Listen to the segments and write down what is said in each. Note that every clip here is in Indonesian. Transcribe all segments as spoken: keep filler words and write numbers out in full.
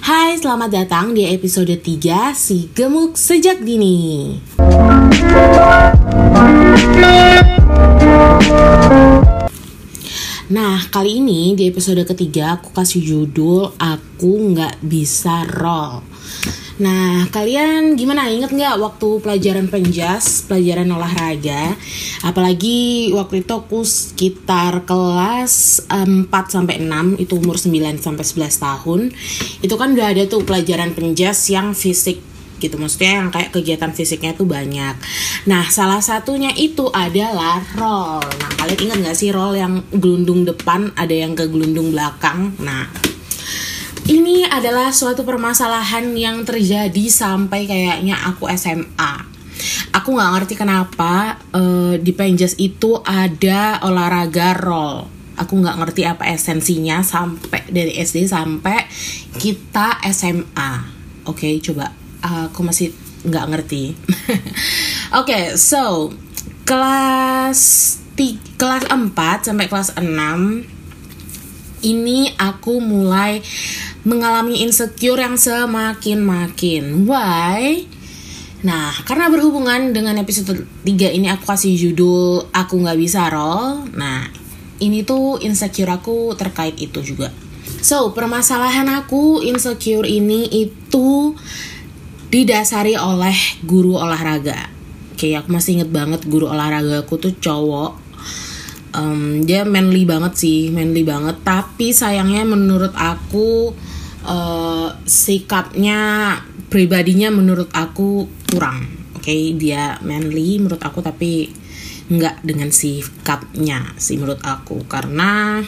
Hai, selamat datang di episode tiga Si Gemuk Sejak Dini. Nah, kali ini di episode ketiga aku kasih judul Aku Nggak Bisa Roll. Nah, kalian gimana? Ingat nggak waktu pelajaran penjas, pelajaran olahraga? Apalagi waktu itu aku sekitar kelas empat sampai enam, itu umur sembilan sampai sebelas tahun. Itu kan udah ada tuh pelajaran penjas yang fisik gitu, maksudnya yang kayak kegiatan fisiknya tuh banyak. Nah, salah satunya itu adalah roll. Nah, kalian ingat nggak sih roll yang gelundung depan, ada yang ke gelundung belakang? Nah, ini adalah suatu permasalahan yang terjadi sampai kayaknya aku S M A. Aku nggak ngerti kenapa uh, di penjas itu ada olahraga roll. Aku nggak ngerti apa esensinya sampai dari S D sampai kita S M A. Oke, okay, coba uh, aku masih nggak ngerti. Oke, okay, so kelas t- kelas empat sampai kelas enam ini aku mulai mengalami insecure yang semakin-makin. Why? Nah, karena berhubungan dengan episode tiga ini aku kasih judul Aku Nggak Bisa Roll. Nah, ini tuh insecure aku terkait itu juga. So, permasalahan aku insecure ini itu didasari oleh guru olahraga. Oke, aku masih inget banget guru olahraga aku tuh cowok. Um, dia manly banget sih, manly banget. Tapi sayangnya menurut aku uh, sikapnya, pribadinya menurut aku kurang. Oke, okay? Dia manly menurut aku, tapi nggak dengan sikapnya sih menurut aku. Karena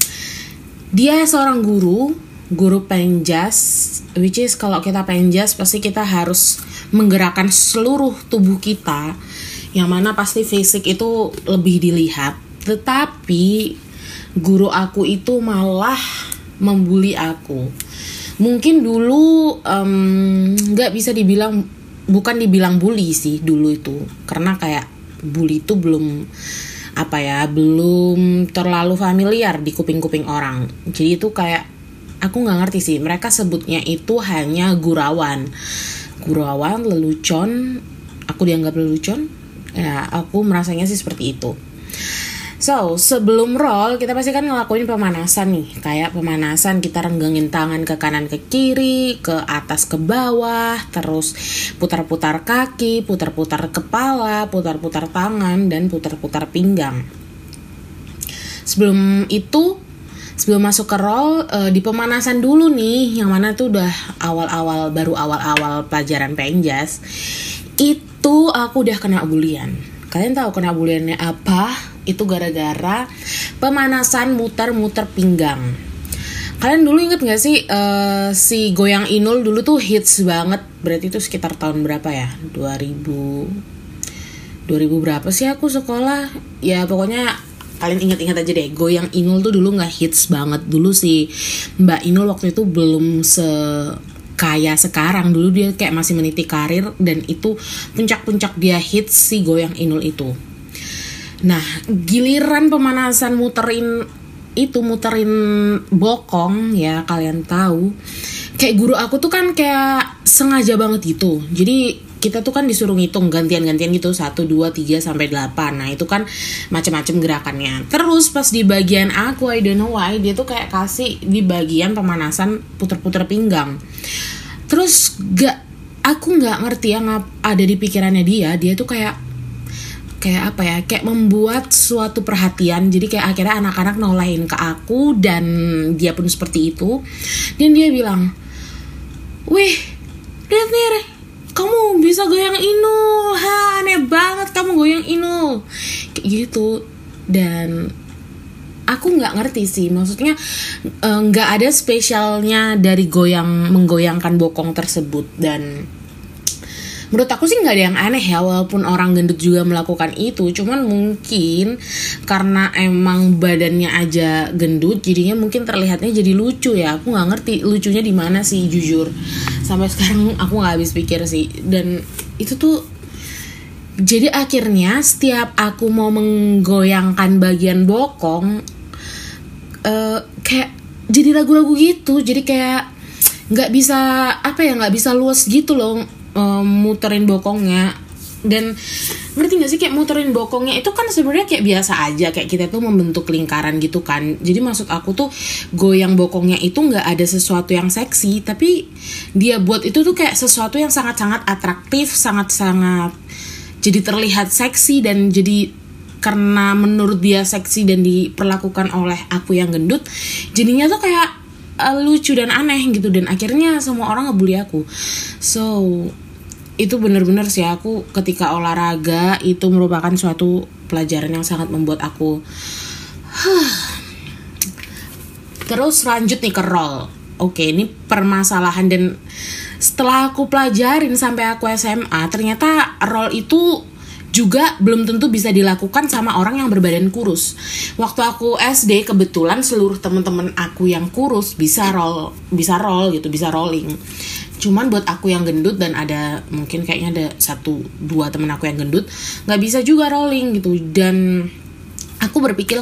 dia seorang guru, guru penjas, which is kalau kita penjas pasti kita harus menggerakkan seluruh tubuh kita, yang mana pasti fisik itu lebih dilihat. Tetapi guru aku itu malah membuli aku. Mungkin dulu nggak um, bisa dibilang, bukan dibilang bully sih dulu itu, karena kayak bully itu belum apa ya, belum terlalu familiar di kuping-kuping orang. Jadi itu kayak aku nggak ngerti sih. Mereka sebutnya itu hanya gurawan, gurawan, lelucon. Aku dianggap lelucon. Ya, aku merasanya sih seperti itu. So, sebelum roll, kita pasti kan ngelakuin pemanasan nih. Kayak pemanasan, kita renggangin tangan ke kanan ke kiri, ke atas ke bawah, terus putar-putar kaki, putar-putar kepala, putar-putar tangan, dan putar-putar pinggang. Sebelum itu, sebelum masuk ke roll, uh, di pemanasan dulu nih, yang mana tuh udah awal-awal, baru awal-awal pelajaran penjas, itu aku udah kena bulian. Kalian tahu kena buliannya apa? Itu gara-gara pemanasan muter-muter pinggang. Kalian dulu inget gak sih uh, si goyang inul dulu tuh hits banget. Berarti itu sekitar tahun berapa ya? dua ribu dua ribu berapa sih aku sekolah? Ya pokoknya kalian inget-inget aja deh. Goyang inul tuh dulu gak hits banget. Dulu si Mbak Inul waktu itu belum se kaya sekarang. Dulu dia kayak masih meniti karir, dan itu puncak-puncak dia hits si goyang inul itu. Nah, giliran pemanasan muterin itu, muterin bokong ya, kalian tahu. Kayak guru aku tuh kan kayak sengaja banget gitu. Jadi kita tuh kan disuruh ngitung gantian-gantian gitu, satu, dua, tiga, sampai delapan. Nah itu kan macam-macam gerakannya. Terus pas di bagian aku, I don't know why, dia tuh kayak kasih di bagian pemanasan puter-puter pinggang. Terus gak, aku gak ngerti yang ada di pikirannya dia. Dia tuh kayak kayak apa ya, kayak membuat suatu perhatian. Jadi kayak akhirnya anak-anak nolain ke aku, dan dia pun seperti itu. Dan dia bilang, wih, lihat nih, kamu bisa goyang inul, ha, aneh banget kamu goyang inul, kayak gitu. Dan aku nggak ngerti sih, maksudnya nggak uh, ada spesialnya dari goyang menggoyangkan bokong tersebut. Dan menurut aku sih nggak ada yang aneh ya, walaupun orang gendut juga melakukan itu. Cuman mungkin karena emang badannya aja gendut, jadinya mungkin terlihatnya jadi lucu ya. Aku nggak ngerti lucunya di mana sih, jujur. Sampai sekarang aku nggak habis pikir sih. Dan itu tuh jadi akhirnya setiap aku mau menggoyangkan bagian bokong, uh, kayak jadi ragu-ragu gitu. Jadi kayak nggak bisa apa ya nggak bisa luas gitu loh, um, muterin bokongnya. Dan ngerti gak sih, kayak muterin bokongnya itu kan sebenarnya kayak biasa aja, kayak kita tuh membentuk lingkaran gitu kan. Jadi maksud aku tuh goyang bokongnya itu nggak ada sesuatu yang seksi, tapi dia buat itu tuh kayak sesuatu yang sangat-sangat atraktif, sangat-sangat jadi terlihat seksi. Dan jadi karena menurut dia seksi dan diperlakukan oleh aku yang gendut, jadinya tuh kayak uh, lucu dan aneh gitu. Dan akhirnya semua orang ngebully aku. So itu bener-bener sih, aku ketika olahraga itu merupakan suatu pelajaran yang sangat membuat aku huh. Terus lanjut nih ke roll. Oke, ini permasalahan, dan setelah aku pelajarin sampai aku S M A, ternyata roll itu juga belum tentu bisa dilakukan sama orang yang berbadan kurus. Waktu aku S D kebetulan seluruh teman-teman aku yang kurus bisa roll, bisa roll gitu, bisa rolling. Cuman buat aku yang gendut, dan ada mungkin kayaknya ada satu dua temen aku yang gendut, nggak bisa juga rolling gitu. Dan aku berpikir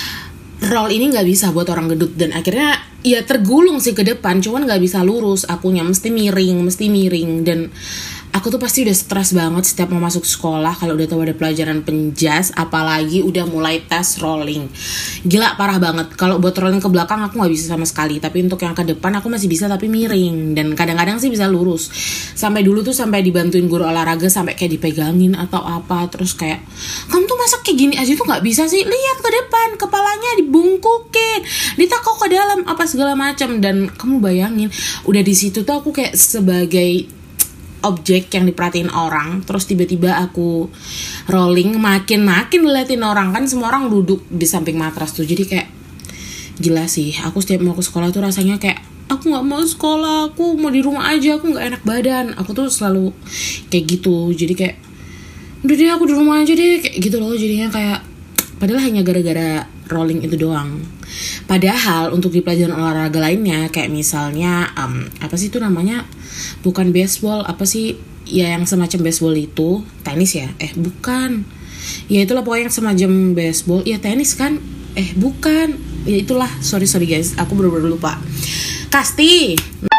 roll ini nggak bisa buat orang gendut, dan akhirnya ya tergulung sih ke depan, cuman nggak bisa lurus, akunya mesti miring, mesti miring. Dan aku tuh pasti udah stres banget setiap mau masuk sekolah kalau udah tahu ada pelajaran penjas, apalagi udah mulai tes rolling. Gila, parah banget. Kalau buat rolling ke belakang aku nggak bisa sama sekali, tapi untuk yang ke depan aku masih bisa, tapi miring. Dan kadang-kadang sih bisa lurus. Sampai dulu tuh sampai dibantuin guru olahraga, sampai kayak dipegangin atau apa, terus kayak, kamu tuh masa kayak gini aja tuh nggak bisa sih? Lihat ke depan, kepalanya dibungkukin, ditakok ke dalam, apa segala macam. Dan kamu bayangin, udah di situ tuh aku kayak sebagai objek yang diperhatiin orang, terus tiba-tiba aku rolling, makin-makin ngeliatin orang, kan semua orang duduk di samping matras tuh. Jadi kayak gila sih, aku setiap mau ke sekolah tuh rasanya kayak aku nggak mau sekolah, aku mau di rumah aja, aku nggak enak badan. Aku tuh selalu kayak gitu. Jadi kayak udah deh aku di rumah aja deh, kayak gitu loh. Jadinya kayak padahal hanya gara-gara rolling itu doang. Padahal untuk di pelajaran olahraga lainnya, kayak misalnya um, apa sih itu namanya, bukan baseball, apa sih ya yang semacam baseball itu, tenis ya, eh bukan, ya itulah pokoknya yang semacam baseball, ya tenis kan, eh bukan, ya itulah, sorry sorry guys, aku bener-bener lupa. Kasti,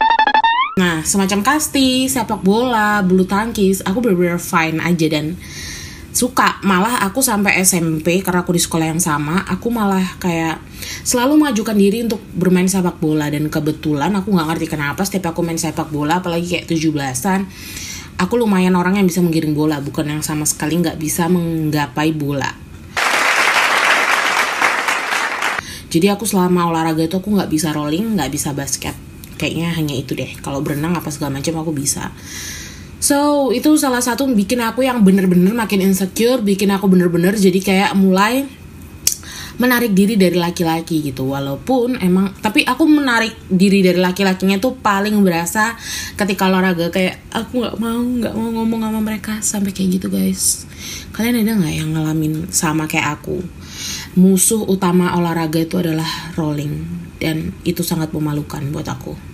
nah semacam kasti, sepak bola, bulu tangkis, aku bener-bener fine aja dan suka. Malah aku sampai S M P, karena aku di sekolah yang sama, aku malah kayak selalu mengajukan diri untuk bermain sepak bola. Dan kebetulan aku gak ngerti kenapa setiap aku main sepak bola, apalagi kayak tujuh belasan, aku lumayan orang yang bisa menggiring bola, bukan yang sama sekali gak bisa menggapai bola. Jadi aku selama olahraga itu aku gak bisa rolling, gak bisa basket, kayaknya hanya itu deh. Kalau berenang apa segala macam aku bisa. So, itu salah satu bikin aku yang bener-bener makin insecure, bikin aku bener-bener jadi kayak mulai menarik diri dari laki-laki gitu. Walaupun emang, tapi aku menarik diri dari laki-lakinya tuh paling berasa ketika olahraga. Kayak aku gak mau, gak mau ngomong sama mereka, sampai kayak gitu guys. Kalian ada gak yang ngalamin sama kayak aku? Musuh utama olahraga itu adalah rolling, dan itu sangat memalukan buat aku.